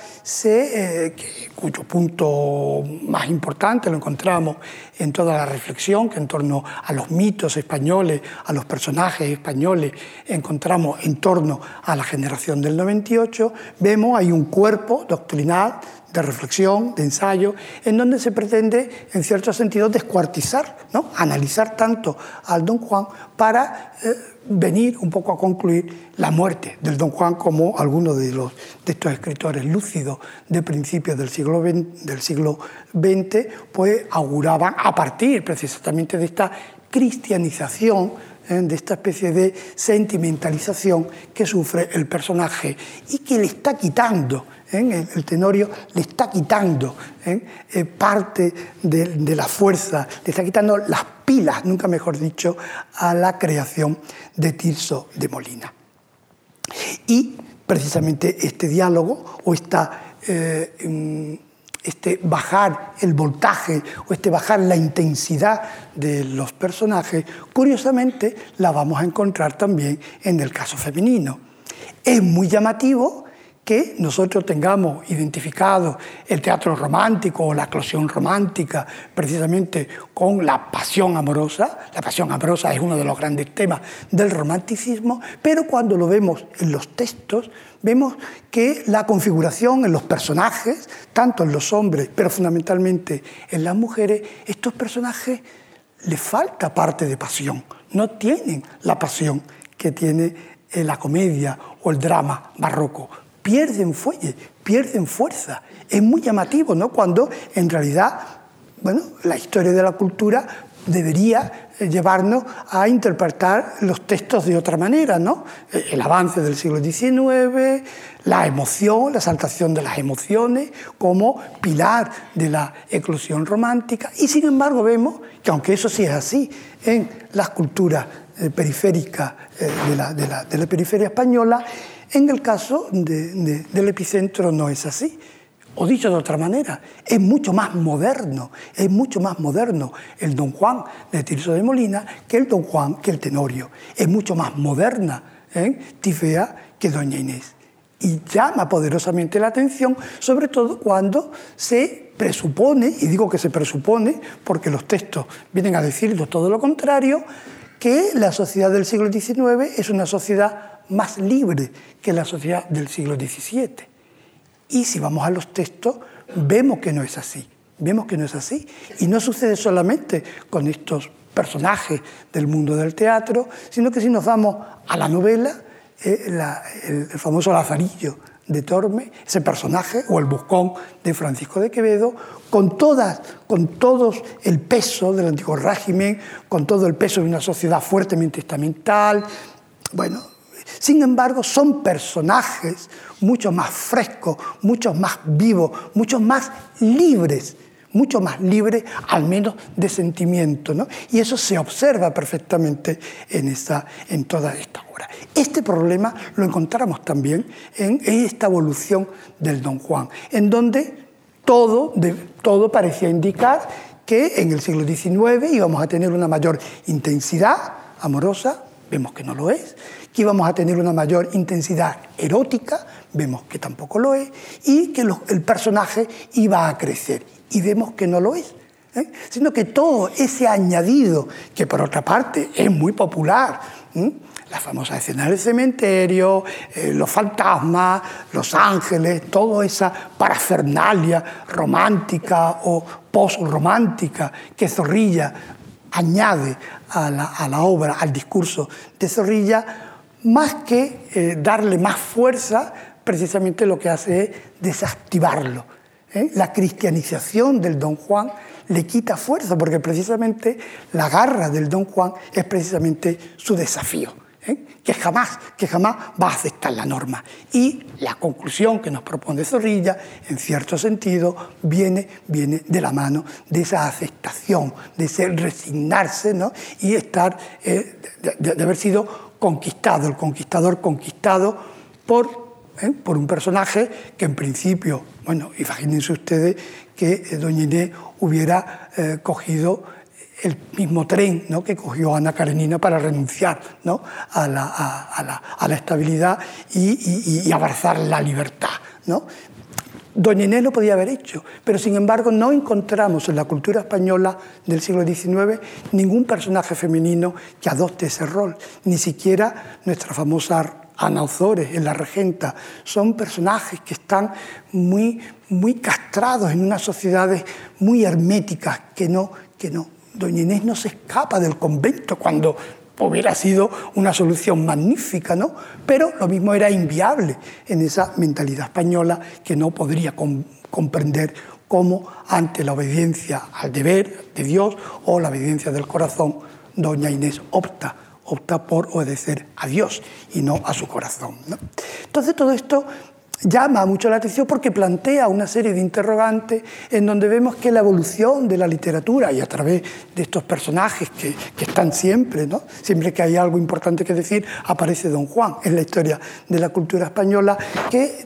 cuyo punto más importante lo encontramos en toda la reflexión que en torno a los mitos españoles, a los personajes españoles, encontramos en torno a la generación del 98, vemos hay un cuerpo doctrinal de reflexión, de ensayo, en donde se pretende, en cierto sentido, descuartizar, ¿no? Analizar tanto al Don Juan para venir un poco a concluir la muerte del Don Juan, como algunos de estos escritores lúcidos de principios del siglo XX pues auguraban, a partir precisamente de esta cristianización, de esta especie de sentimentalización que sufre el personaje y que le está quitando, el Tenorio le está quitando parte de la fuerza, le está quitando las pilas, nunca mejor dicho, a la creación de Tirso de Molina. Y precisamente este diálogo o este bajar el voltaje o este bajar la intensidad de los personajes, curiosamente la vamos a encontrar también en el caso femenino. Es muy llamativo que nosotros tengamos identificado el teatro romántico o la eclosión romántica precisamente con la pasión amorosa. La pasión amorosa es uno de los grandes temas del romanticismo, pero cuando lo vemos en los textos, vemos que la configuración en los personajes, tanto en los hombres, pero fundamentalmente en las mujeres, estos personajes les falta parte de pasión, no tienen la pasión que tiene la comedia o el drama barroco. Pierden fuelle, pierden fuerza. Es muy llamativo, ¿no? Cuando en realidad, bueno, la historia de la cultura debería llevarnos a interpretar los textos de otra manera, ¿no? El avance del siglo XIX, la emoción, la exaltación de las emociones como pilar de la eclosión romántica. Y sin embargo vemos que, aunque eso sí es así en las culturas periféricas de la periferia española, en el caso del epicentro no es así. O dicho de otra manera, es mucho más moderno el Don Juan de Tirso de Molina que el Don Juan, que el Tenorio. Es mucho más moderna Tifea que Doña Inés. Y llama poderosamente la atención, sobre todo cuando se presupone, y digo que se presupone porque los textos vienen a decirnos todo lo contrario, que la sociedad del siglo XIX es una sociedad más libre que la sociedad del siglo XVII. Y si vamos a los textos, vemos que no es así. Vemos que no es así. Y no sucede solamente con estos personajes del mundo del teatro, sino que si nos vamos a la novela, el famoso Lazarillo de Tormes, ese personaje, o el Buscón de Francisco de Quevedo, con todo el peso del antiguo régimen, con todo el peso de una sociedad fuertemente estamental. Bueno, sin embargo, son personajes mucho más frescos, mucho más vivos, mucho más libres, al menos de sentimiento, ¿no? Y eso se observa perfectamente en toda esta obra. Este problema lo encontramos también en esta evolución del Don Juan, en donde todo parecía indicar que en el siglo XIX íbamos a tener una mayor intensidad amorosa, vemos que no lo es, que íbamos a tener una mayor intensidad erótica, vemos que tampoco lo es, y que el personaje iba a crecer, y vemos que no lo es. Sino que todo ese añadido, que por otra parte es muy popular, la famosa escena del cementerio, los fantasmas, los ángeles, toda esa parafernalia romántica o post-romántica que Zorrilla añade a la obra, al discurso de Zorrilla, más que darle más fuerza, precisamente lo que hace es desactivarlo. La cristianización del Don Juan le quita fuerza, porque precisamente la garra del Don Juan es precisamente su desafío, que jamás va a aceptar la norma. Y la conclusión que nos propone Zorrilla, en cierto sentido, viene de la mano de esa aceptación, de ese resignarse, ¿no? Y estar, de haber sido conquistado, el conquistador conquistado por un personaje que en principio, bueno, imagínense ustedes que Doña Inés hubiera cogido el mismo tren, ¿no?, que cogió Ana Karenina para renunciar, ¿no?, a la estabilidad y abrazar la libertad, ¿no? Doña Inés lo podía haber hecho, pero sin embargo no encontramos en la cultura española del siglo XIX ningún personaje femenino que adopte ese rol, ni siquiera nuestra famosa Ana Ozores en La Regenta, son personajes que están muy castrados en unas sociedades muy herméticas, que no. Doña Inés no se escapa del convento cuando hubiera sido una solución magnífica, ¿no? Pero lo mismo era inviable en esa mentalidad española que no podría comprender cómo ante la obediencia al deber de Dios o la obediencia del corazón, doña Inés opta por obedecer a Dios y no a su corazón, ¿no? Entonces todo esto llama mucho la atención porque plantea una serie de interrogantes en donde vemos que la evolución de la literatura y a través de estos personajes que están siempre, ¿no? Siempre que hay algo importante que decir, aparece Don Juan en la historia de la cultura española, que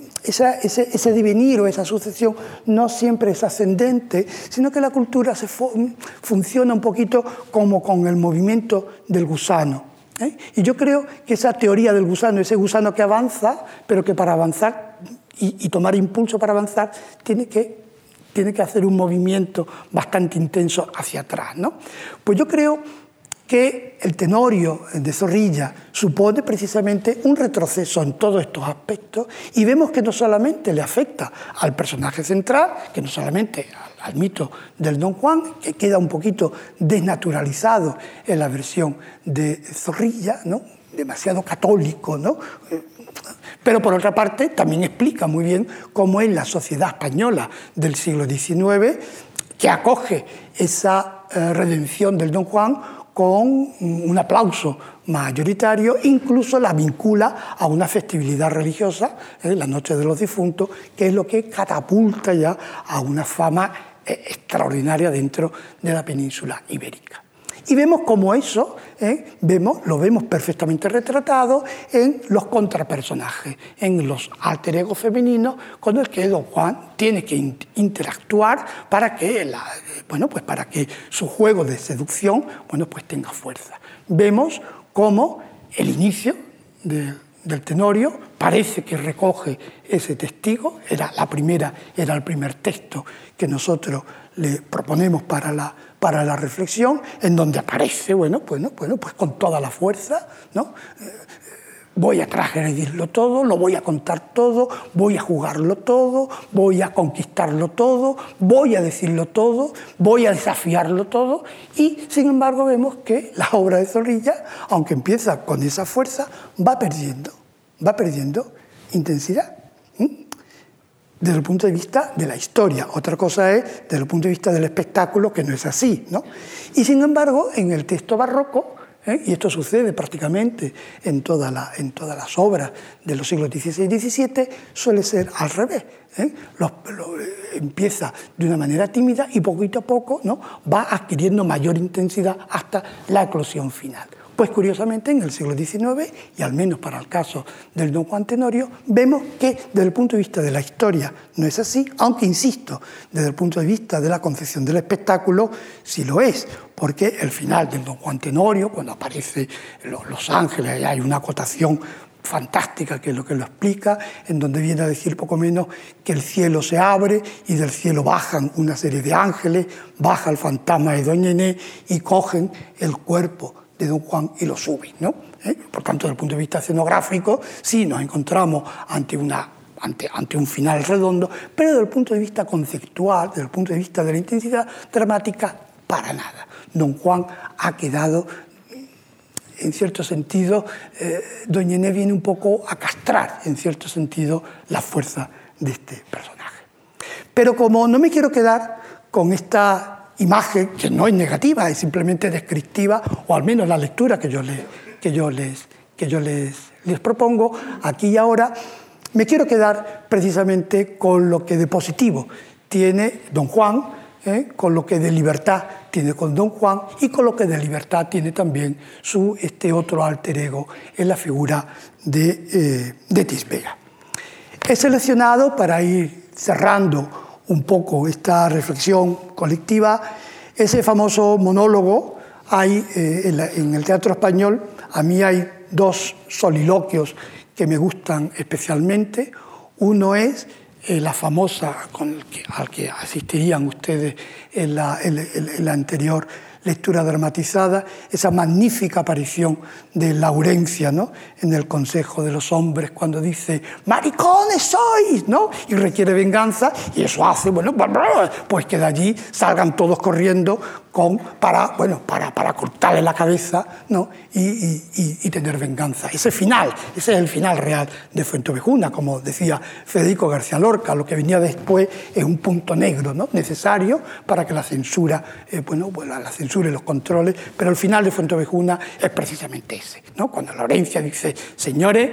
ese devenir o esa sucesión no siempre es ascendente, sino que la cultura funciona un poquito como con el movimiento del gusano. Y yo creo que esa teoría del gusano, ese gusano que avanza, pero que para avanzar y tomar impulso para avanzar, tiene que hacer un movimiento bastante intenso hacia atrás, ¿no? Pues yo creo que el Tenorio de Zorrilla supone precisamente un retroceso en todos estos aspectos y vemos que no solamente le afecta al personaje central, que no solamente al mito del Don Juan, que queda un poquito desnaturalizado en la versión de Zorrilla, ¿no? Demasiado católico, ¿no? Pero por otra parte también explica muy bien cómo es la sociedad española del siglo XIX, que acoge esa redención del Don Juan con un aplauso mayoritario, incluso la vincula a una festividad religiosa, la Noche de los Difuntos, que es lo que catapulta ya a una fama extraordinaria dentro de la península ibérica. Y vemos cómo eso lo vemos perfectamente retratado en los contrapersonajes, en los alter egos femeninos con el que Don Juan tiene que interactuar para que, para que su juego de seducción tenga fuerza. Vemos cómo el inicio del Tenorio parece que recoge ese testigo, era el primer texto que nosotros le proponemos para la reflexión, en donde aparece, pues con toda la fuerza, ¿no? Voy a transgredirlo todo, lo voy a contar todo, voy a jugarlo todo, voy a conquistarlo todo, voy a decirlo todo, voy a desafiarlo todo, y sin embargo vemos que la obra de Zorrilla, aunque empieza con esa fuerza, va perdiendo intensidad. Desde el punto de vista de la historia. Otra cosa es desde el punto de vista del espectáculo, que no es así, ¿no? Y sin embargo, en el texto barroco, y esto sucede prácticamente en todas las obras de los siglos XVI y XVII, suele ser al revés. Empieza de una manera tímida y poquito a poco, ¿no?, va adquiriendo mayor intensidad hasta la eclosión final. Pues curiosamente en el siglo XIX, y al menos para el caso del Don Juan Tenorio, vemos que desde el punto de vista de la historia no es así, aunque insisto, desde el punto de vista de la concepción del espectáculo sí lo es, porque el final del Don Juan Tenorio, cuando aparecen los ángeles, hay una acotación fantástica que es lo que lo explica, en donde viene a decir poco menos que el cielo se abre y del cielo bajan una serie de ángeles, baja el fantasma de Doña Inés y cogen el cuerpo de Don Juan y lo suben, ¿no? Por tanto, desde el punto de vista escenográfico, sí nos encontramos ante un final redondo, pero desde el punto de vista conceptual, desde el punto de vista de la intensidad dramática, para nada. Don Juan ha quedado, en cierto sentido, Doña Inés viene un poco a castrar, en cierto sentido, la fuerza de este personaje. Pero como no me quiero quedar con esta imagen, que no es negativa, es simplemente descriptiva, o al menos la lectura que yo les propongo aquí y ahora, me quiero quedar precisamente con lo que de positivo tiene Don Juan, con lo que de libertad tiene con Don Juan y con lo que de libertad tiene también este otro alter ego en la figura de Tisbega. He seleccionado, para ir cerrando un poco esta reflexión colectiva, ese famoso monólogo. Hay en el teatro español, a mí hay dos soliloquios que me gustan especialmente. Uno es la famosa, al que asistirían ustedes en la anterior lectura dramatizada, esa magnífica aparición de Laurencia, ¿no?, en el Consejo de los Hombres, cuando dice «maricones sois», ¿no?, y requiere venganza, y eso hace, bueno, pues que de allí salgan todos corriendo para cortarle la cabeza, ¿no?, y tener venganza. Ese es el final real de Fuenteovejuna, como decía Federico García Lorca. Lo que venía después es un punto negro, ¿no?, necesario para que la censura, la censura y los controles, pero el final de Fuenteovejuna es precisamente ese, ¿no?, cuando Laurencia dice señores,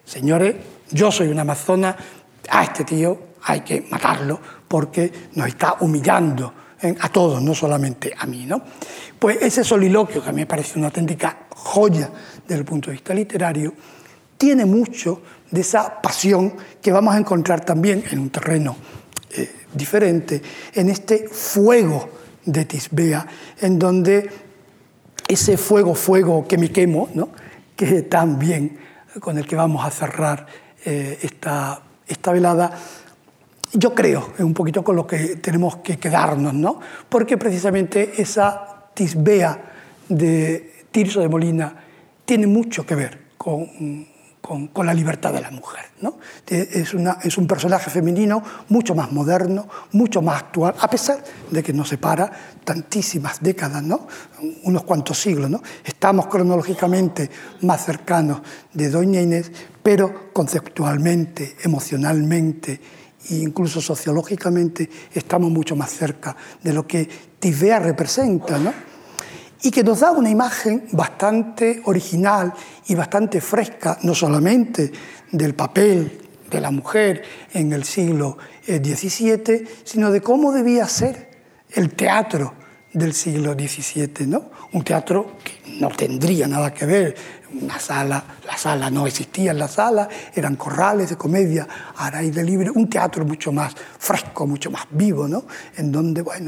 yo soy una amazona, a este tío hay que matarlo porque nos está humillando a todos, no solamente a mí, ¿no? Pues ese soliloquio, que a mí me parece una auténtica joya desde el punto de vista literario, tiene mucho de esa pasión que vamos a encontrar también en un terreno diferente, en este fuego de Tisbea, en donde ese fuego que me quemo, ¿no?, que también con el que vamos a cerrar esta velada, yo creo, es un poquito con lo que tenemos que quedarnos, ¿no?, porque precisamente esa Tisbea de Tirso de Molina tiene mucho que ver con la libertad de la mujer, ¿no? Es un personaje femenino mucho más moderno, mucho más actual, a pesar de que nos separa tantísimas décadas, ¿no?, unos cuantos siglos, ¿no? Estamos cronológicamente más cercanos de Doña Inés, pero conceptualmente, emocionalmente e incluso sociológicamente estamos mucho más cerca de lo que Tisbea representa, ¿no?, y que nos da una imagen bastante original y bastante fresca, no solamente del papel de la mujer en el siglo XVII, sino de cómo debía ser el teatro del siglo XVII, ¿no? Un teatro que no tendría nada que ver, la sala no existía en la sala, eran corrales de comedia al aire libre, un teatro mucho más fresco, mucho más vivo, ¿no?, en donde, pues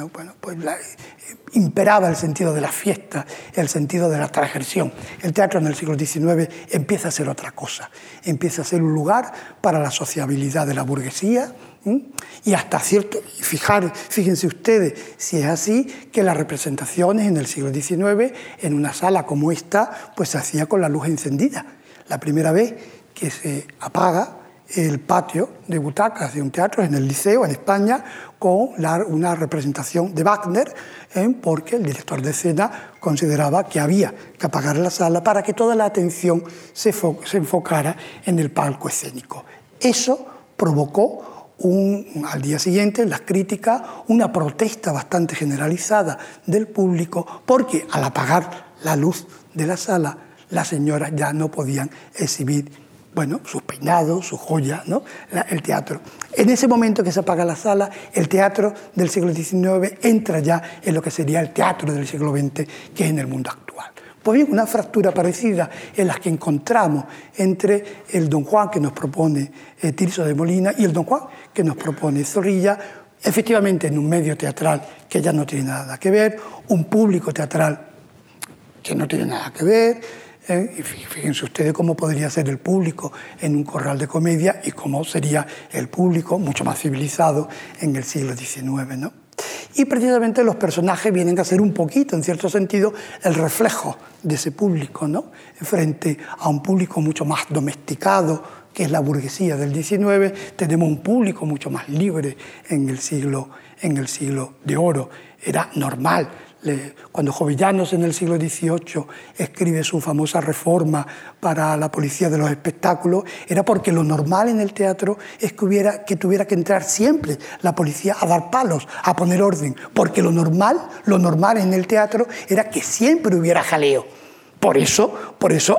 imperaba el sentido de la fiesta, el sentido de la transgresión. El teatro en el siglo XIX empieza a ser otra cosa, empieza a ser un lugar para la sociabilidad de la burguesía, y hasta cierto, fíjense ustedes, si es así, que las representaciones en el siglo XIX, en una sala como esta, pues se hacía con la luz encendida. La primera vez que se apaga el patio de butacas de un teatro es en el Liceo, en España, con una representación de Wagner, porque el director de escena consideraba que había que apagar la sala para que toda la atención se enfocara en el palco escénico. Eso provocó al día siguiente, en las críticas, una protesta bastante generalizada del público, porque al apagar la luz de la sala, las señoras ya no podían exhibir, sus peinados, sus joyas, ¿no?, el teatro. En ese momento que se apaga la sala, el teatro del siglo XIX entra ya en lo que sería el teatro del siglo XX, que es en el mundo actual. Pues bien, una fractura parecida en la que encontramos entre el Don Juan que nos propone Tirso de Molina y el Don Juan que nos propone Zorrilla, efectivamente en un medio teatral que ya no tiene nada que ver, un público teatral que no tiene nada que ver, y fíjense ustedes cómo podría ser el público en un corral de comedia y cómo sería el público mucho más civilizado en el siglo XIX, ¿no? Y precisamente los personajes vienen a ser un poquito, en cierto sentido, el reflejo de ese público, ¿no?, frente a un público mucho más domesticado, que es la burguesía del XIX. Tenemos un público mucho más libre en el siglo de oro. Era normal. Cuando Jovellanos en el siglo XVIII escribe su famosa reforma para la policía de los espectáculos, era porque lo normal en el teatro es que tuviera que entrar siempre la policía a dar palos, a poner orden, porque lo normal en el teatro era que siempre hubiera jaleo. Por eso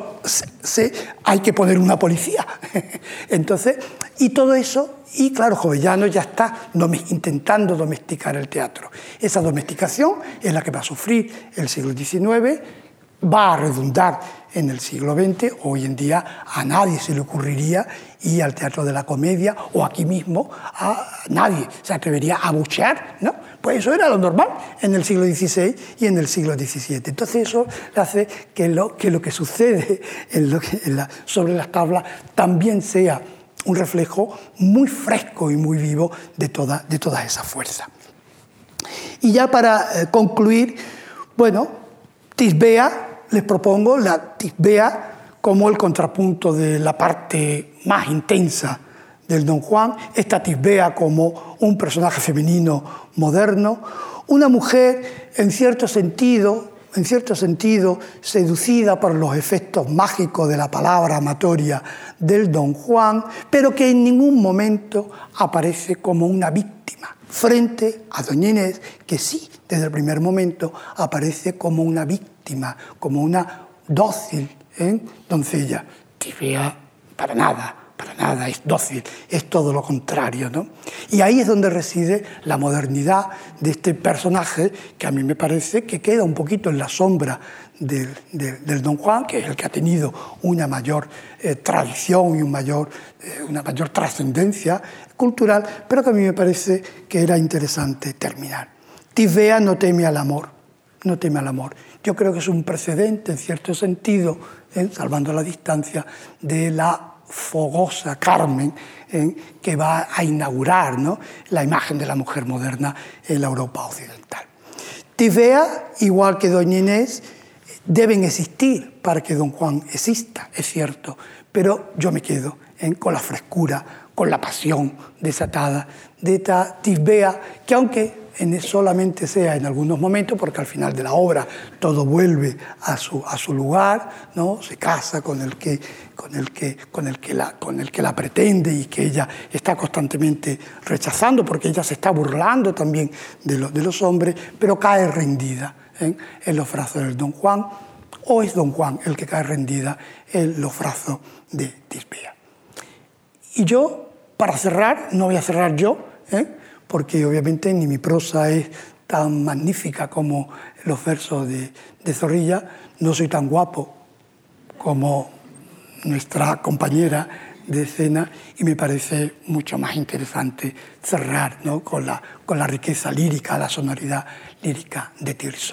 hay que poner una policía. Entonces, y todo eso, y claro, Jovellanos ya está intentando domesticar el teatro. Esa domesticación es la que va a sufrir el siglo XIX, va a redundar en el siglo XX. Hoy en día a nadie se le ocurriría ir al Teatro de la Comedia, o aquí mismo a nadie se atrevería a buchear, ¿no? Pues eso era lo normal en el siglo XVI y en el siglo XVII. Entonces eso hace que lo que sucede sobre las tablas también sea un reflejo muy fresco y muy vivo de toda esa fuerza. Y ya para concluir, Bueno, Tisbea, les propongo la Tisbea como el contrapunto de la parte más intensa del Don Juan, esta Tisbea como un personaje femenino moderno, una mujer en cierto sentido, seducida por los efectos mágicos de la palabra amatoria del Don Juan, pero que en ningún momento aparece como una víctima frente a doña Inés, que sí, desde el primer momento aparece como una víctima, como una dócil doncella. Tisbea para nada es dócil, es todo lo contrario, ¿no? Y ahí es donde reside la modernidad de este personaje, que a mí me parece que queda un poquito en la sombra del Don Juan, que es el que ha tenido una mayor tradición y una mayor trascendencia cultural, pero que a mí me parece que era interesante terminar. Tisbea no teme al amor. Yo creo que es un precedente, en cierto sentido, salvando la distancia, de la fogosa Carmen, que va a inaugurar, ¿no?, la imagen de la mujer moderna en la Europa occidental. Tisbea, igual que doña Inés, deben existir para que Don Juan exista, es cierto, pero yo me quedo con la frescura, con la pasión desatada de esta Tisbea, que aunque solamente sea en algunos momentos, porque al final de la obra todo vuelve a su lugar, ¿no? Se casa con el que la pretende y que ella está constantemente rechazando, porque ella se está burlando también de los hombres, pero cae rendida en los brazos del Don Juan, o es Don Juan el que cae rendida en los brazos de Tisbea. Y yo, para cerrar, no voy a cerrar yo, porque obviamente ni mi prosa es tan magnífica como los versos de Zorrilla, no soy tan guapo como nuestra compañera de escena, y me parece mucho más interesante cerrar, ¿no?, con la riqueza lírica, la sonoridad lírica de Tirso.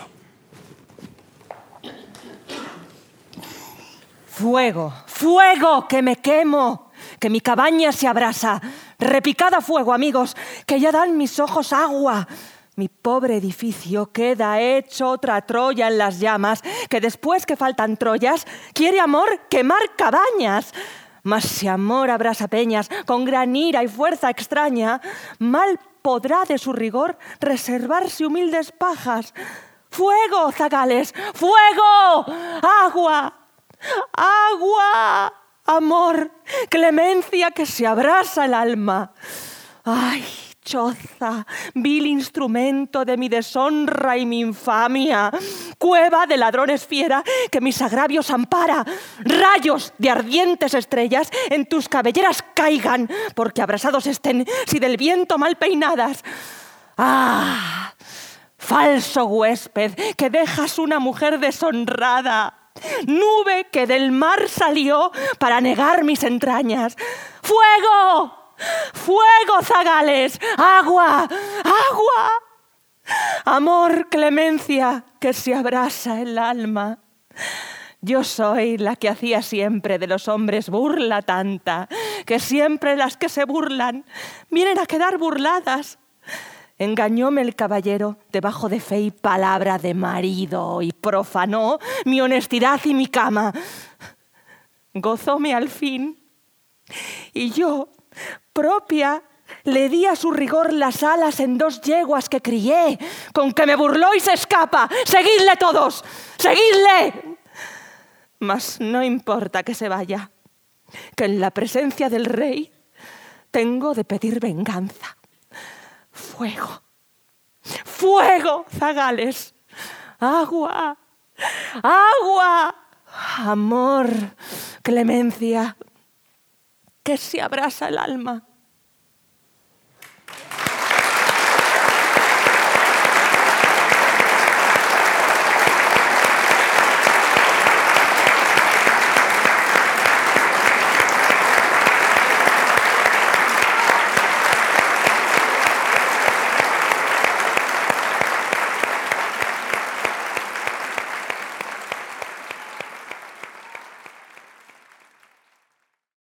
Fuego, fuego, que me quemo, que mi cabaña se abrasa. Repicad a fuego, amigos, que ya dan mis ojos agua. Mi pobre edificio queda hecho otra Troya en las llamas, que después que faltan Troyas, quiere amor quemar cabañas. Mas si amor abrasa peñas con gran ira y fuerza extraña, mal podrá de su rigor reservarse humildes pajas. ¡Fuego, zagales! ¡Fuego! ¡Agua! ¡Agua! Amor, clemencia que se abrasa el alma. ¡Ay, choza, vil instrumento de mi deshonra y mi infamia! Cueva de ladrones fiera que mis agravios ampara. Rayos de ardientes estrellas en tus cabelleras caigan, porque abrasados estén si del viento mal peinadas. ¡Ah! Falso huésped, que dejas una mujer deshonrada. Nube que del mar salió para negar mis entrañas. ¡Fuego! ¡Fuego, zagales! ¡Agua! ¡Agua! Amor, clemencia, que se abrasa el alma. Yo soy la que hacía siempre de los hombres burla tanta, que siempre las que se burlan vienen a quedar burladas. Engañóme el caballero debajo de fe y palabra de marido y profanó mi honestidad y mi cama. Gozóme al fin y yo, propia, le di a su rigor las alas en 2 yeguas que crié, con que me burló y se escapa. ¡Seguidle todos! ¡Seguidle! Mas no importa que se vaya, que en la presencia del rey tengo de pedir venganza. Fuego, fuego, zagales, agua, agua, amor, clemencia, que se abrasa el alma.